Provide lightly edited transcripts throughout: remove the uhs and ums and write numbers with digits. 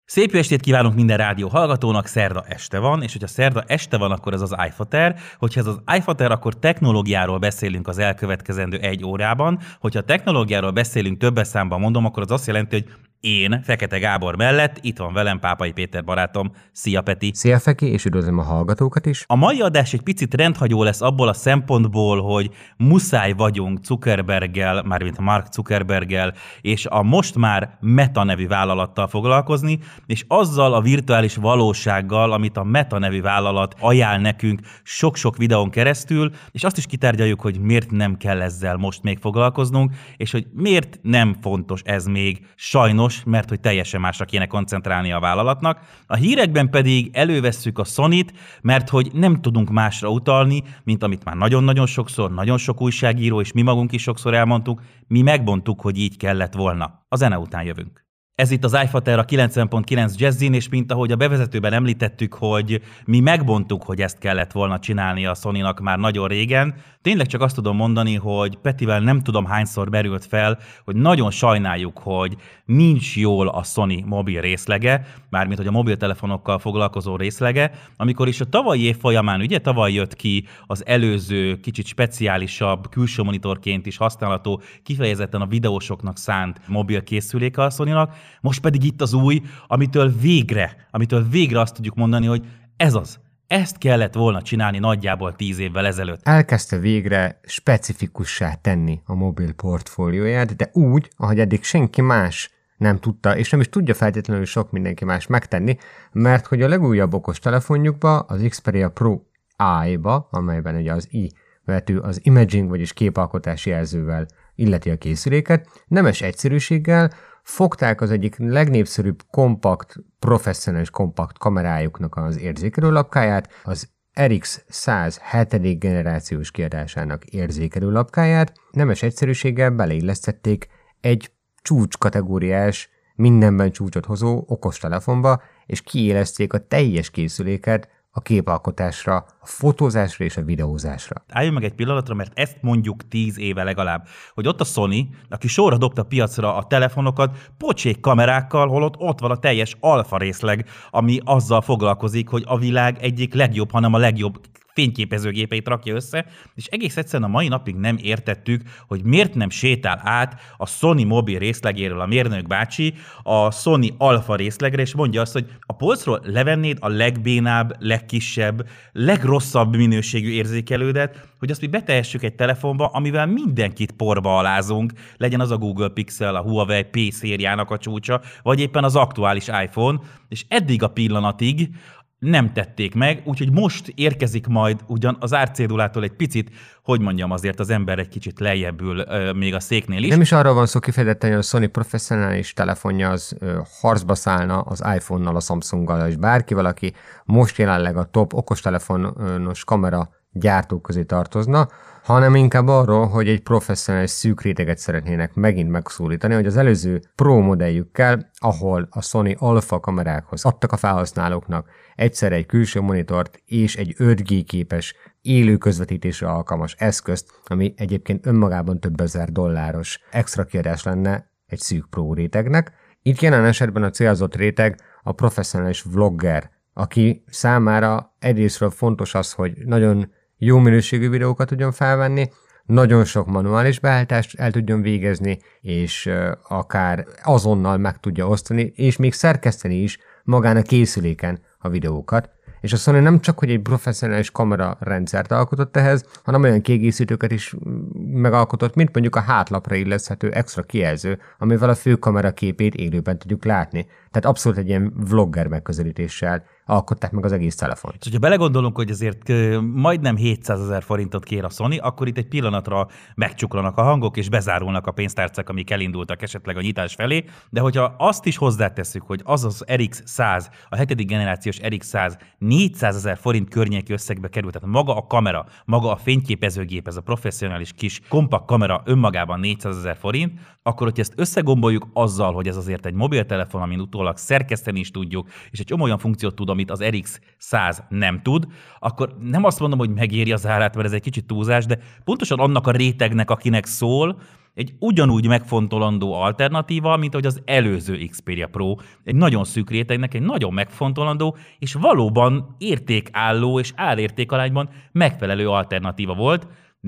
Szép jó estét kívánunk minden rádió hallgatónak, szerda este van, és hogyha szerda este van, akkor ez az iFater. Hogyha ez az iFater, akkor technológiáról beszélünk az elkövetkezendő 1 órában. Hogyha technológiáról beszélünk többes számban mondom, akkor az azt jelenti, hogy én, Fekete Gábor mellett, itt van velem Pápai Péter barátom. Szia, Peti! Szia, Feki, és üdvözlöm a hallgatókat is. A mai adás egy picit rendhagyó lesz abból a szempontból, hogy muszáj vagyunk Zuckerberggel, mármint Mark Zuckerberggel, és a most már Meta nevű vállalattal foglalkozni, és azzal a virtuális valósággal, amit a Meta nevű vállalat ajánl nekünk sok-sok videón keresztül, és azt is kitárgyaljuk, hogy miért nem kell ezzel most még foglalkoznunk, és hogy miért nem fontos ez még sajnos, mert hogy teljesen másra kéne koncentrálni a vállalatnak. A hírekben pedig elővesszük a Sony-t, mert hogy nem tudunk másra utalni, mint amit már nagyon-nagyon sokszor, nagyon sok újságíró, és mi magunk is sokszor elmondtuk, mi megmondtuk, hogy így kellett volna. A zene után jövünk. Ez itt az iFater a 90.9 Jazzin, és mint ahogy a bevezetőben említettük, hogy mi megmondtuk, hogy ezt kellett volna csinálni a Sony-nak már nagyon régen. Tényleg csak azt tudom mondani, hogy Petivel nem tudom hányszor merült fel, hogy nagyon sajnáljuk, hogy nincs jól a Sony mobil részlege, mármint hogy a mobiltelefonokkal foglalkozó részlege, amikor is a tavalyi év folyamán, ugye tavaly jött ki az előző, kicsit speciálisabb, külső monitorként is használható, kifejezetten a videósoknak szánt mobil készüléke a Sony-nak. Most pedig itt az új, amitől végre azt tudjuk mondani, hogy ez az. Ezt kellett volna csinálni nagyjából 10 évvel ezelőtt. Elkezdte végre specifikussá tenni a mobil portfólióját, de úgy, ahogy eddig senki más nem tudta, és nem is tudja feltétlenül sok mindenki más megtenni, mert hogy a legújabb okostelefonjukba, az Xperia Pro I-ba, amelyben ugye az I betű az imaging, vagyis képalkotási jelzővel illeti a készüléket, nemes egyszerűséggel fogták az egyik legnépszerűbb professzionális kompakt kamerájuknak az érzékelőlapkáját, az RX100 7. generációs kiadásának érzékelőlapkáját, nemes egyszerűséggel beleillesztették egy csúcskategóriás, mindenben csúcsot hozó okostelefonba, és kiélezték a teljes készüléket a képalkotásra, a fotózásra és a videózásra. Álljunk meg egy pillanatra, mert ezt mondjuk 10 éve legalább, hogy ott a Sony, aki sorra dobta piacra a telefonokat pocsék kamerákkal, holott ott van a teljes alfa részleg, ami azzal foglalkozik, hogy a világ egyik legjobb, hanem a legjobb fényképezőgépeit rakja össze, és egész egyszerűen a mai napig nem értettük, hogy miért nem sétál át a Sony mobil részlegéről a mérnök bácsi a Sony alfa részlegre, és mondja azt, hogy a polcról levennéd a legbénább, legkisebb, legrosszabb minőségű érzékelődet, hogy azt mi betehessük egy telefonba, amivel mindenkit porba alázunk, legyen az a Google Pixel, a Huawei P szériának a csúcsa, vagy éppen az aktuális iPhone, és eddig a pillanatig nem tették meg, úgyhogy most érkezik majd ugyan az árcédulától egy picit, hogy mondjam, azért az ember egy kicsit lejjebbül még a széknél is. Nem is arról van szó kifejezetten, hogy a Sony professzionális telefonja az harcba szállna az iPhone-nal, a Samsunggal, és bárkivel, aki most jelenleg a top okostelefonos kamera gyártók közé tartozna, hanem inkább arról, hogy egy professzionális szűk réteget szeretnének megint megszólítani, hogy az előző Pro modelljükkel, ahol a Sony alfa kamerákhoz adtak a felhasználóknak egyszerre egy külső monitort és egy 5G képes élő közvetítésre alkalmas eszközt, ami egyébként önmagában több ezer dolláros extra kiadás lenne egy szűk Pro rétegnek. Itt jelen esetben a célzott réteg a professzionális vlogger, aki számára egyrészről fontos az, hogy nagyon jó minőségű videókat tudjon felvenni, nagyon sok manuális beállítást el tudjon végezni, és akár azonnal meg tudja osztani, és még szerkeszteni is magán a készüléken a videókat. És a Sony nem csak, hogy egy professzionális kamerarendszert alkotott ehhez, hanem olyan kiegészítőket is megalkotott, mint mondjuk a hátlapra illeszthető extra kijelző, amivel a főkamera képét élőben tudjuk látni. Tehát abszolút egy ilyen vlogger megközelítéssel alkották meg az egész telefont. És ha belegondolunk, hogy azért majdnem 700 000 forintot kér a Sony, akkor itt egy pillanatra megcsuklanak a hangok, és bezárulnak a pénztárcák, amik elindultak esetleg a nyitás felé, de hogyha azt is hozzátesszük, hogy az az RX100, a 7. generációs RX100 400 000 forint környéki összegbe került, tehát maga a kamera, maga a fényképezőgép, ez a professzionális kis kompakt kamera önmagában 400 000 forint, akkor hogyha ezt összegomboljuk azzal, hogy ez azért egy mobiltelefon, amin utólag szerkeszteni is tudjuk, és egy olyan funkciót tud, amit az RX100 nem tud, akkor nem azt mondom, hogy megéri az árát, mert ez egy kicsit túlzás, de pontosan annak a rétegnek, akinek szól, egy ugyanúgy megfontolandó alternatíva, mint ahogy az előző Xperia Pro, egy nagyon szűk rétegnek egy nagyon megfontolandó, és valóban értékálló és árértékarányban megfelelő alternatíva volt.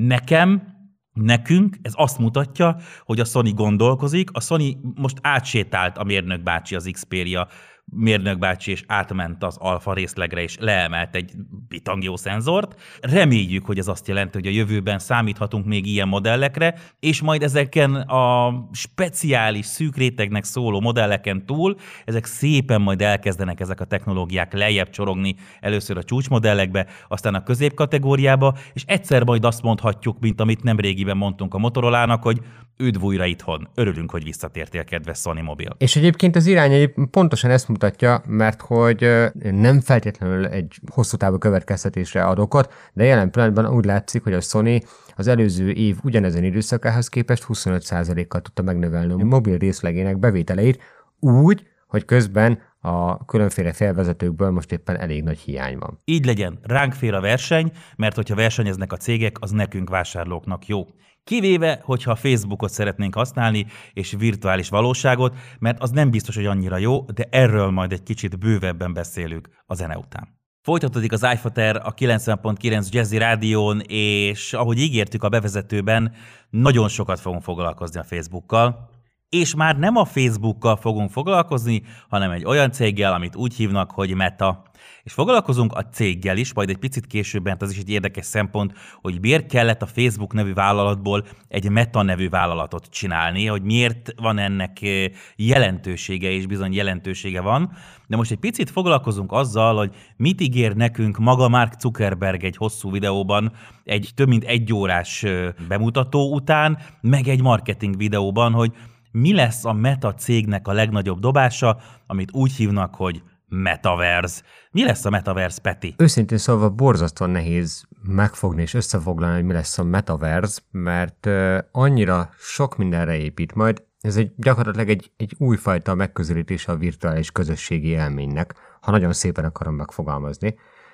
Nekünk ez azt mutatja, hogy a Sony gondolkozik, a Sony most átsétált a mérnök bácsi az Xperia mérnök bácsi, és átment az alfa részlegre, és leemelt egy bitangió szenzort. Reméljük, hogy ez azt jelenti, hogy a jövőben számíthatunk még ilyen modellekre, és majd ezeken a speciális szűk rétegnek szóló modelleken túl, ezek szépen majd elkezdenek ezek a technológiák lejjebb csorogni először a csúcsmodellekbe, aztán a középkategóriába, és egyszer majd azt mondhatjuk, mint amit nemrégiben mondtunk a Motorolának, hogy üdv újra itthon. Örülünk, hogy visszatértél, kedves Sony mobil. És egyébként az irány pontosan ezt mutatja, mert hogy nem feltétlenül egy hosszú távú következtetésre ad okot, de jelen pillanatban úgy látszik, hogy a Sony az előző év ugyanezen időszakához képest 25%-kal tudta megnövelni a mobil részlegének bevételeit úgy, hogy közben a különféle felvezetőkből most éppen elég nagy hiány van. Így legyen, ránk fér a verseny, mert hogyha versenyeznek a cégek, az nekünk vásárlóknak jó. Kivéve, hogyha a Facebookot szeretnénk használni, és virtuális valóságot, mert az nem biztos, hogy annyira jó, de erről majd egy kicsit bővebben beszélünk a zene után. Folytatódik az iFater a 90.9 Jazzy Rádión, és ahogy ígértük a bevezetőben, nagyon sokat fogunk foglalkozni a Facebookkal, és már nem a Facebookkal fogunk foglalkozni, hanem egy olyan céggel, amit úgy hívnak, hogy Meta. És foglalkozunk a céggel is, majd egy picit később, mert az is egy érdekes szempont, hogy miért kellett a Facebook nevű vállalatból egy Meta nevű vállalatot csinálni, hogy miért van ennek jelentősége, és bizony jelentősége van. De most egy picit foglalkozunk azzal, hogy mit ígér nekünk maga Mark Zuckerberg egy hosszú videóban, egy több mint 1 órás bemutató után, meg egy marketing videóban, hogy mi lesz a Meta cégnek a legnagyobb dobása, amit úgy hívnak, hogy Metaverse. Mi lesz a Metaverse, Peti? Őszintén szólva borzasztóan nehéz megfogni és összefoglalni, hogy mi lesz a Metaverse, mert annyira sok mindenre épít majd. Ez gyakorlatilag egy újfajta megközelítése a virtuális közösségi élménynek, ha nagyon szépen akarom megfogalmazni.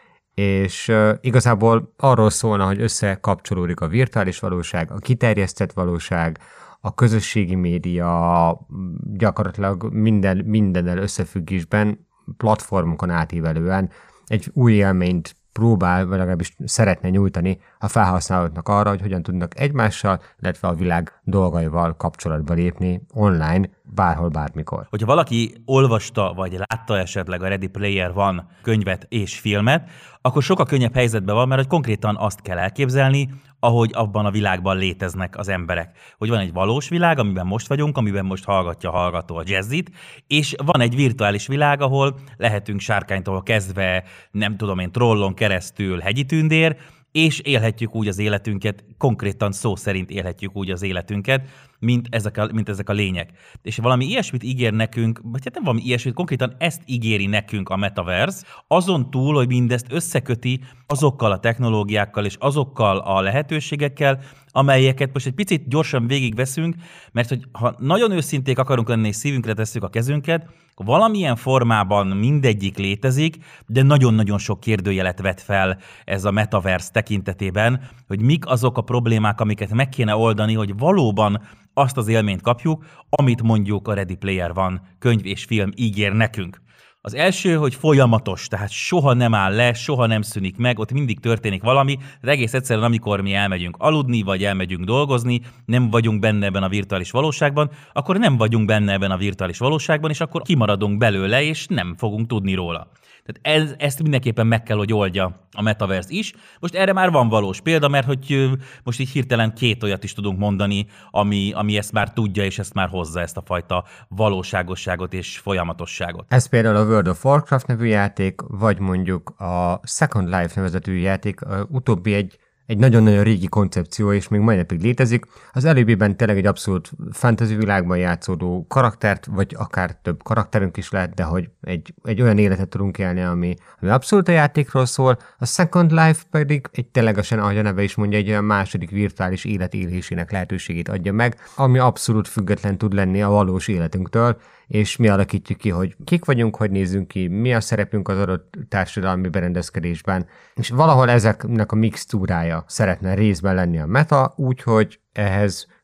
És igazából arról szólna, hogy összekapcsolódik a virtuális valóság, a kiterjesztett valóság, a közösségi média, gyakorlatilag mindennel összefüggésben, platformokon átívelően egy új élményt próbál, vagy legalábbis szeretne nyújtani a felhasználóknak arra, hogy hogyan tudnak egymással, illetve a világ dolgaival kapcsolatba lépni online, bárhol, bármikor. Hogyha valaki olvasta, vagy látta esetleg a Ready Player One könyvet és filmet, akkor sokkal könnyebb helyzetben van, mert hogy konkrétan azt kell elképzelni, ahogy abban a világban léteznek az emberek. Hogy van egy valós világ, amiben most vagyunk, amiben most hallgatja a hallgató a jazzit, és van egy virtuális világ, ahol lehetünk sárkánytól kezdve, nem tudom én, trollon keresztül hegyi tündér, és élhetjük úgy az életünket, konkrétan szó szerint élhetjük úgy az életünket, mint ezek a lények. És valami ilyesmit ígér nekünk, vagy hát nem valami ilyesmit, konkrétan ezt ígéri nekünk a Metaverse, azon túl, hogy mindezt összeköti azokkal a technológiákkal és azokkal a lehetőségekkel, amelyeket most egy picit gyorsan végigveszünk, mert hogy ha nagyon őszinték akarunk lenni és szívünkre tesszük a kezünket, valamilyen formában mindegyik létezik, de nagyon-nagyon sok kérdőjelet vet fel ez a Metaverse tekintetében, hogy mik azok a problémák, amiket meg kéne oldani, hogy valóban azt az élményt kapjuk, amit mondjuk a Ready Player One könyv és film ígér nekünk. Az első, hogy folyamatos, tehát soha nem áll le, soha nem szűnik meg, ott mindig történik valami, de egész egyszerűen, amikor mi elmegyünk aludni, vagy elmegyünk dolgozni, nem vagyunk benne ebben a virtuális valóságban, akkor nem vagyunk benne ebben a virtuális valóságban, és akkor kimaradunk belőle, és nem fogunk tudni róla. Tehát ezt mindenképpen meg kell, hogy oldja a Metaverse is. Most erre már van valós példa, mert hogy most így hirtelen 2 olyat is tudunk mondani, ami ezt már tudja, és ezt már hozza, ezt a fajta valóságosságot és folyamatosságot. Ez például a World of Warcraft nevű játék, vagy mondjuk a Second Life nevezetű játék, utóbbi egy nagyon-nagyon régi koncepció, és még mai napig létezik. Az előbbiben tényleg egy abszolút fantasy világban játszódó karaktert, vagy akár több karakterünk is lehet, de hogy egy olyan életet tudunk élni, ami abszolút a játékról szól. A Second Life pedig ténylegesen, ahogy a neve is mondja, egy olyan második virtuális élet élésének lehetőségét adja meg, ami abszolút független tud lenni a valós életünktől, és mi alakítjuk ki, hogy kik vagyunk, hogy nézzünk ki, mi a szerepünk az adott társadalmi berendezkedésben, és valahol ezeknek a mixtúrája szeretne részben lenni a Meta, úgyhogy ehhez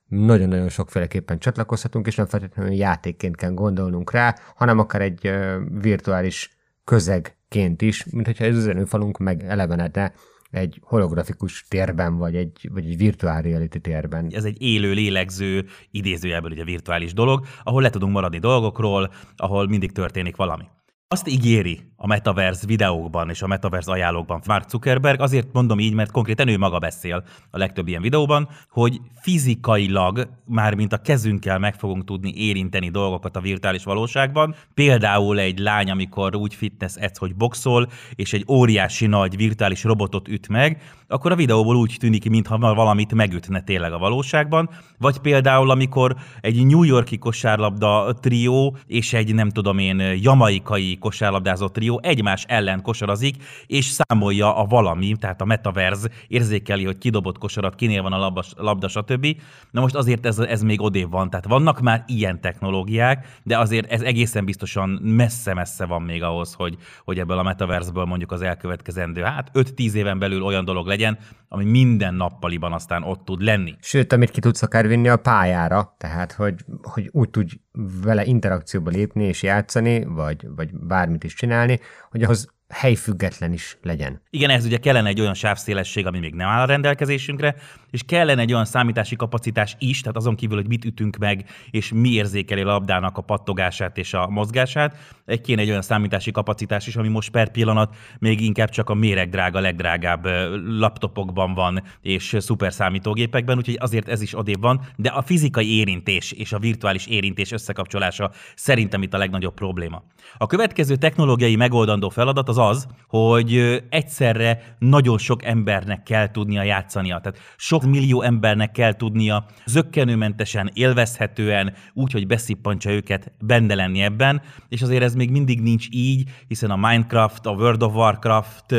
nagyon-nagyon sokféleképpen csatlakozhatunk, és nem feltétlenül játékként kell gondolnunk rá, hanem akár egy virtuális közegként is, mint hogyha ez üzenőfalunk megelevenedne egy holografikus térben, vagy egy virtuál reality térben. Ez egy élő, lélegző, idézőjelből ugye virtuális dolog, ahol le tudunk maradni dolgokról, ahol mindig történik valami. Azt ígéri a Metaverse videókban és a Metaverse ajánlókban Mark Zuckerberg, azért mondom így, mert konkrétan ő maga beszél a legtöbb ilyen videóban, hogy fizikailag, mármint a kezünkkel meg fogunk tudni érinteni dolgokat a virtuális valóságban. Például egy lány, amikor úgy fitness edz, hogy boxol, és egy óriási nagy virtuális robotot üt meg, akkor a videóból úgy tűnik, mintha valamit megütne tényleg a valóságban. Vagy például, amikor egy New York-i kosárlabda trió és egy nem tudom én jamaikai kosárlabdázó trió egymás ellen kosarazik, és számolja a valami, tehát a Metaverse érzékeli, hogy kidobott kosarat, kinél van a labda, stb. Na most azért ez még odébb van, tehát vannak már ilyen technológiák, de azért ez egészen biztosan messze-messze van még ahhoz, hogy ebből a Metaverse-ből mondjuk az elkövetkezendő, 5-10 éven belül olyan dolog legyen, ami minden nappaliban aztán ott tud lenni. Sőt, amit ki tudsz akár vinni a pályára, tehát hogy úgy tudj vele interakcióba lépni és játszani, vagy bármit is csinálni, hogy ahhoz helyfüggetlen is legyen. Igen, ez ugye kellene egy olyan sávszélesség, ami még nem áll a rendelkezésünkre, és kellene egy olyan számítási kapacitás is, tehát azon kívül, hogy mit ütünk meg, és mi érzékeli a labdának a pattogását és a mozgását, kéne egy olyan számítási kapacitás is, ami most per pillanat még inkább csak a méregdrága, legdrágább laptopokban van, és szuper számítógépekben, úgyhogy azért ez is odébb van, de a fizikai érintés és a virtuális érintés összekapcsolása szerintem itt a legnagyobb probléma. A következő technológiai megoldandó feladat az, hogy egyszerre nagyon sok embernek kell tudnia játszania. Tehát sok millió embernek kell tudnia zökkenőmentesen, élvezhetően, úgy, hogy beszippantsa őket benne lenni ebben, és azért ez még mindig nincs így, hiszen a Minecraft, a World of Warcraft,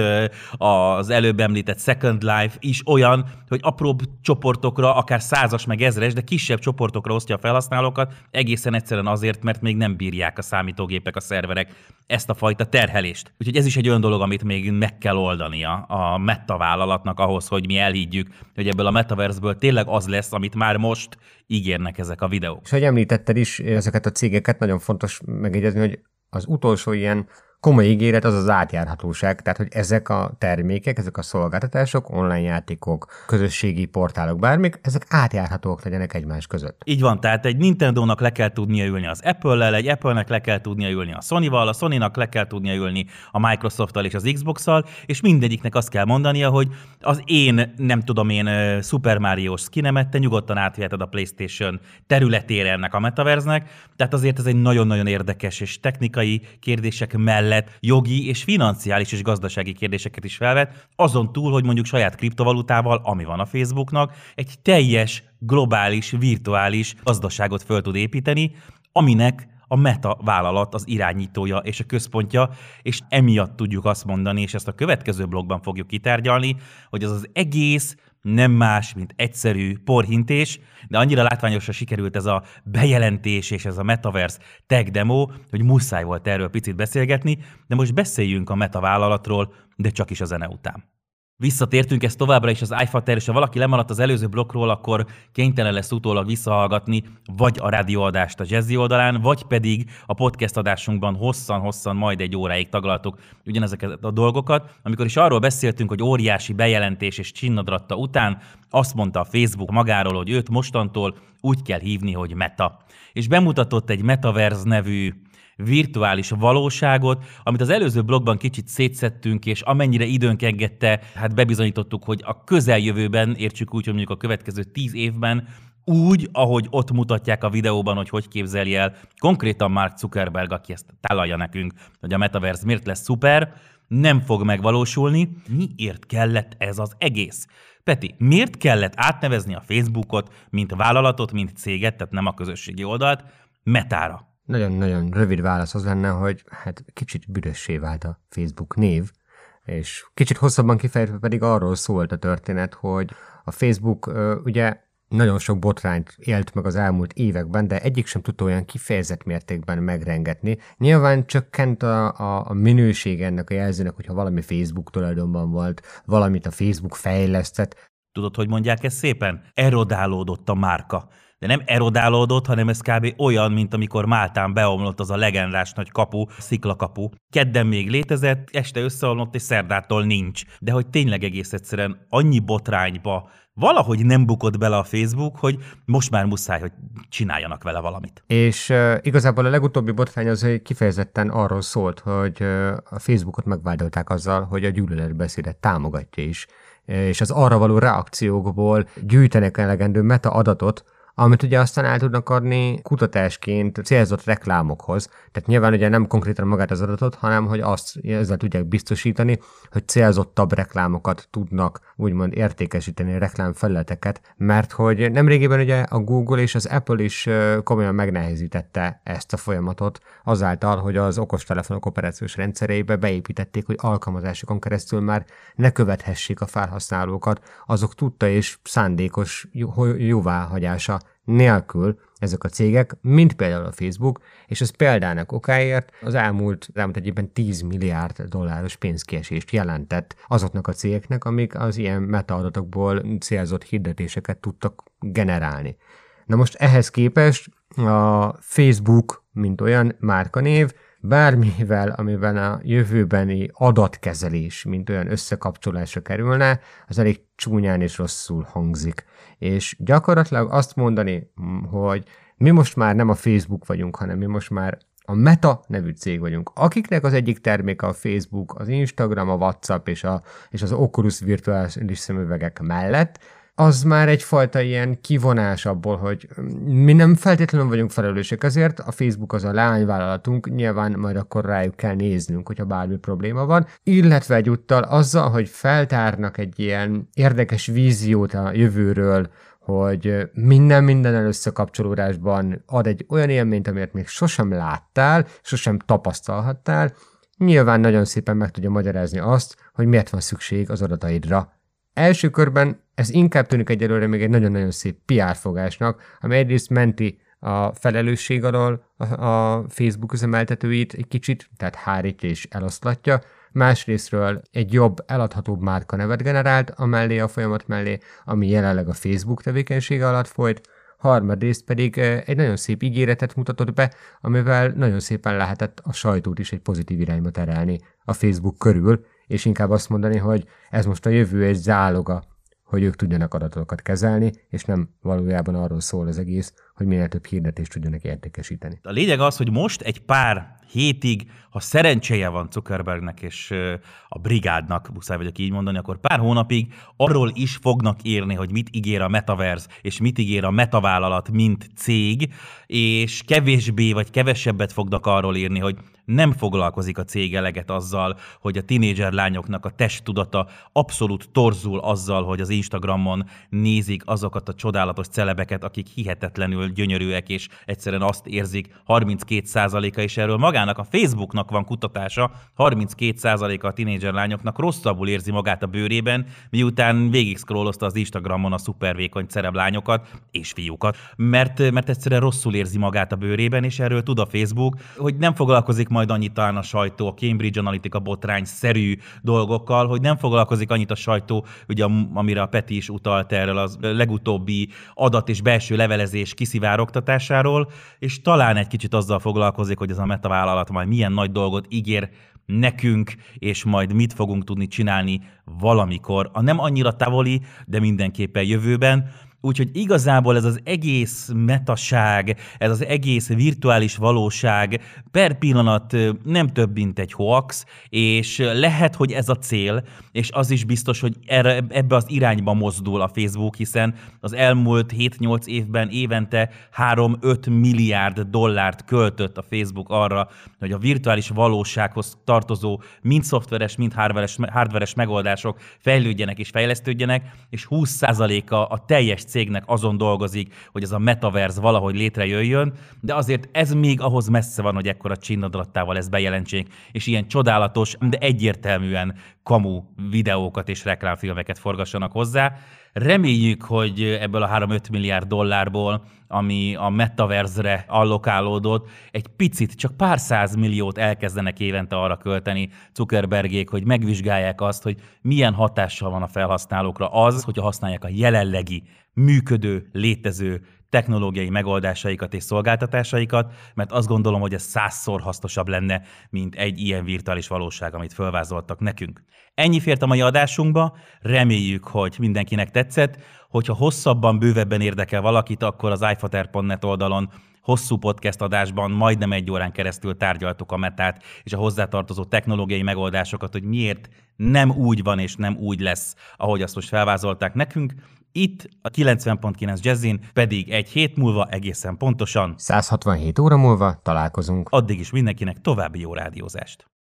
az előbb említett Second Life is olyan, hogy apróbb csoportokra, akár 100-as meg 1000-es, de kisebb csoportokra osztja a felhasználókat, egészen egyszerűen azért, mert még nem bírják a számítógépek, a szerverek ezt a fajta terhelést. Úgyhogy ez is egy olyan dolog, amit még meg kell oldania a Meta vállalatnak ahhoz, hogy mi elhiggyük, hogy ebből a Metaverse-ből tényleg az lesz, amit már most ígérnek ezek a videók. És hogy említetted is ezeket a cégeket, nagyon fontos megjegyezni, hogy az utolsó ilyen komoly ígéret az az átjárhatóság, tehát hogy ezek a termékek, ezek a szolgáltatások, online játékok, közösségi portálok, bármik, ezek átjárhatóak legyenek egymás között. Így van, tehát egy Nintendónak le kell tudnia ülni az Apple-lel, egy Apple-nek le kell tudnia ülni a Sony-val, a Sony-nak le kell tudnia ülni a Microsoft-tal és az Xbox-szal, és mindegyiknek azt kell mondania, hogy az én, nem tudom én, Super Mario-s skinemet te nyugodtan átviheted a PlayStation területére ennek a Metaverse-nek, tehát azért ez egy nagyon-nagyon érdekes és technikai kérdések mellett jogi és financiális és gazdasági kérdéseket is felvet, azon túl, hogy mondjuk saját kriptovalutával, ami van a Facebooknak, egy teljes, globális, virtuális gazdaságot föl tud építeni, aminek a Meta vállalat az irányítója és a központja, és emiatt tudjuk azt mondani, és ezt a következő blogban fogjuk kitárgyalni, hogy az az egész nem más, mint egyszerű porhintés, de annyira látványosra sikerült ez a bejelentés és ez a Metaverse tech demo, hogy muszáj volt erről picit beszélgetni, de most beszéljünk a Meta vállalatról, de csak is a zene után. Visszatértünk, ez továbbra is az iFater, és ha valaki lemaradt az előző blokkról, akkor kénytelen lesz utólag visszahallgatni vagy a rádióadást a Jazzy oldalán, vagy pedig a podcast adásunkban hosszan-hosszan, majd egy óráig taglaltuk ugyanezeket a dolgokat, amikor is arról beszéltünk, hogy óriási bejelentés és csinnadratta után azt mondta a Facebook magáról, hogy őt mostantól úgy kell hívni, hogy Meta. És bemutatott egy Metaverse nevű virtuális valóságot, amit az előző blogban kicsit szétszettünk, és amennyire időnk engedte, hát bebizonyítottuk, hogy a közeljövőben, értsük úgy, hogy mondjuk a következő 10 évben, úgy, ahogy ott mutatják a videóban, hogy képzeli el, konkrétan Mark Zuckerberg, aki ezt tálalja nekünk, hogy a Metaverse miért lesz szuper, nem fog megvalósulni. Miért kellett ez az egész? Peti, miért kellett átnevezni a Facebookot, mint vállalatot, mint céget, tehát nem a közösségi oldalt, Metára? Nagyon-nagyon rövid válasz az lenne, hogy hát kicsit büdössé vált a Facebook név, és kicsit hosszabban kifejtve pedig arról szólt a történet, hogy a Facebook ugye nagyon sok botrányt élt meg az elmúlt években, de egyik sem tudta olyan kifejezett mértékben megrengetni. Nyilván csökkent a minőség ennek a jelzőnek, hogyha valami Facebook tulajdonban volt, valamit a Facebook fejlesztett. Tudod, hogy mondják ezt szépen? Erodálódott a márka. De nem erodálódott, hanem ez kb. Olyan, mint amikor Máltán beomlott az a legendás nagy kapu, sziklakapu. Kedden még létezett, este összeomlott, és szerdától nincs. De hogy tényleg egész egyszerűen annyi botrányba valahogy nem bukott bele a Facebook, hogy most már muszáj, hogy csináljanak vele valamit. És igazából a legutóbbi botrány az kifejezetten arról szólt, hogy a Facebookot megvádolták azzal, hogy a gyűlöletbeszédet támogatja is. És az arra való reakciókból gyűjtenek elegendő metaadatot, amit ugye aztán el tudnak adni kutatásként célzott reklámokhoz. Tehát nyilván ugye nem konkrétan magát az adatot, hanem hogy azt ezzel tudják biztosítani, hogy célzottabb reklámokat tudnak úgymond értékesíteni, reklámfelületeket, mert hogy nemrégiben ugye a Google és az Apple is komolyan megnehezítette ezt a folyamatot azáltal, hogy az okostelefonok operációs rendszereibe beépítették, hogy alkalmazásokon keresztül már ne követhessék a felhasználókat azok tudta és szándékos jóváhagyása nélkül ezek a cégek, mint például a Facebook, és ez példának okáért az elmúlt egyébben 10 milliárd dolláros pénzkiesést jelentett azoknak a cégeknek, amik az ilyen metaadatokból célzott hirdetéseket tudtak generálni. Na most ehhez képest a Facebook, mint olyan márkanév, bármivel, amiben a jövőbeni adatkezelés, mint olyan összekapcsolásra kerülne, az elég csúnyán és rosszul hangzik. És gyakorlatilag azt mondani, hogy mi most már nem a Facebook vagyunk, hanem mi most már a Meta nevű cég vagyunk, akiknek az egyik terméke a Facebook, az Instagram, a WhatsApp és az Oculus virtuális szemüvegek mellett, az már egyfajta ilyen kivonás abból, hogy mi nem feltétlenül vagyunk felelősek ezért, a Facebook az a leányvállalatunk, nyilván majd akkor rájuk kell néznünk, hogyha bármi probléma van, illetve egyúttal azzal, hogy feltárnak egy ilyen érdekes víziót a jövőről, hogy minden összekapcsolódásban ad egy olyan élményt, amit még sosem láttál, sosem tapasztalhattál, nyilván nagyon szépen meg tudja magyarázni azt, hogy miért van szükség az adataidra. Első körben ez inkább tűnik egyelőre még egy nagyon-nagyon szép PR fogásnak, ami egyrészt menti a felelősség alól a Facebook üzemeltetőit egy kicsit, tehát hárítja és eloszlatja, másrésztről egy jobb, eladhatóbb márkanevet generált a folyamat mellé, ami jelenleg a Facebook tevékenysége alatt folyt, harmadrészt pedig egy nagyon szép ígéretet mutatott be, amivel nagyon szépen lehetett a sajtót is egy pozitív irányba terelni a Facebook körül, és inkább azt mondani, hogy ez most a jövő egy záloga, hogy ők tudjanak adatokat kezelni, és nem valójában arról szól az egész, hogy minél több hirdetést tudjanak értékesíteni. A lényeg az, hogy most egy pár hétig, ha szerencséje van Zuckerbergnek és a brigádnak, muszáj vagyok így mondani, akkor pár hónapig arról is fognak írni, hogy mit ígér a Metaverse, és mit ígér a metavállalat, mint cég, és kevésbé vagy kevesebbet fognak arról írni, hogy nem foglalkozik a cég eleget azzal, hogy a tinédzser lányoknak a testtudata abszolút torzul azzal, hogy az Instagramon nézik azokat a csodálatos celebeket, akik hihetetlenül gyönyörűek, és egyszerűen azt érzik, 32%-a is erről magának a Facebooknak van kutatása, 32%-a a tinédzser lányoknak rosszabbul érzi magát a bőrében, miután végig scrollozta az Instagramon a szupervékony celeb-lányokat és fiúkat, mert egyszerűen rosszul érzi magát a bőrében, és erről tud a Facebook, hogy nem foglalkozik majd annyit talán a sajtó a Cambridge Analytica botrány-szerű dolgokkal, hogy nem foglalkozik annyit a sajtó, ugye, amire a Peti is utalt erről az legutóbbi adat és belső levelezés kiszivárogtatásáról, és talán egy kicsit azzal foglalkozik, hogy ez a Meta vállalat majd milyen nagy dolgot ígér nekünk, és majd mit fogunk tudni csinálni valamikor, a nem annyira távoli, de mindenképpen jövőben. Úgyhogy igazából ez az egész metaság, ez az egész virtuális valóság per pillanat nem több, mint egy hoax, és lehet, hogy ez a cél, és az is biztos, hogy ebbe az irányba mozdul a Facebook, hiszen az elmúlt 7-8 évben évente 3-5 milliárd dollárt költött a Facebook arra, hogy a virtuális valósághoz tartozó mind szoftveres, mind hardveres megoldások fejlődjenek és fejlesztődjenek, és 20%-a a teljes cégnek azon dolgozik, hogy ez a metaverse valahogy létrejöjjön, de azért ez még ahhoz messze van, hogy ekkora csinnadlattával ezt bejelentsék, és ilyen csodálatos, de egyértelműen kamu videókat és reklámfilmeket forgassanak hozzá. Reméljük, hogy ebből a 3-5 milliárd dollárból, ami a metaverse-re allokálódott, egy picit, csak pár százmilliót elkezdenek évente arra költeni Zuckerbergék, hogy megvizsgálják azt, hogy milyen hatással van a felhasználókra az, hogyha használják a jelenlegi, működő, létező technológiai megoldásaikat és szolgáltatásaikat, mert azt gondolom, hogy ez 100-szor hasznosabb lenne, mint egy ilyen virtuális valóság, amit felvázoltak nekünk. Ennyi fért a mai adásunkba, reméljük, hogy mindenkinek tetszett. Hogyha hosszabban, bővebben érdekel valakit, akkor az iFater.net oldalon hosszú podcast adásban majdnem 1 órán keresztül tárgyaltuk a metát és a hozzátartozó technológiai megoldásokat, hogy miért nem úgy van és nem úgy lesz, ahogy azt most felvázolták nekünk. Itt a 90.9 Jazzin pedig egy hét múlva egészen pontosan 167 óra múlva találkozunk. Addig is mindenkinek további jó rádiózást!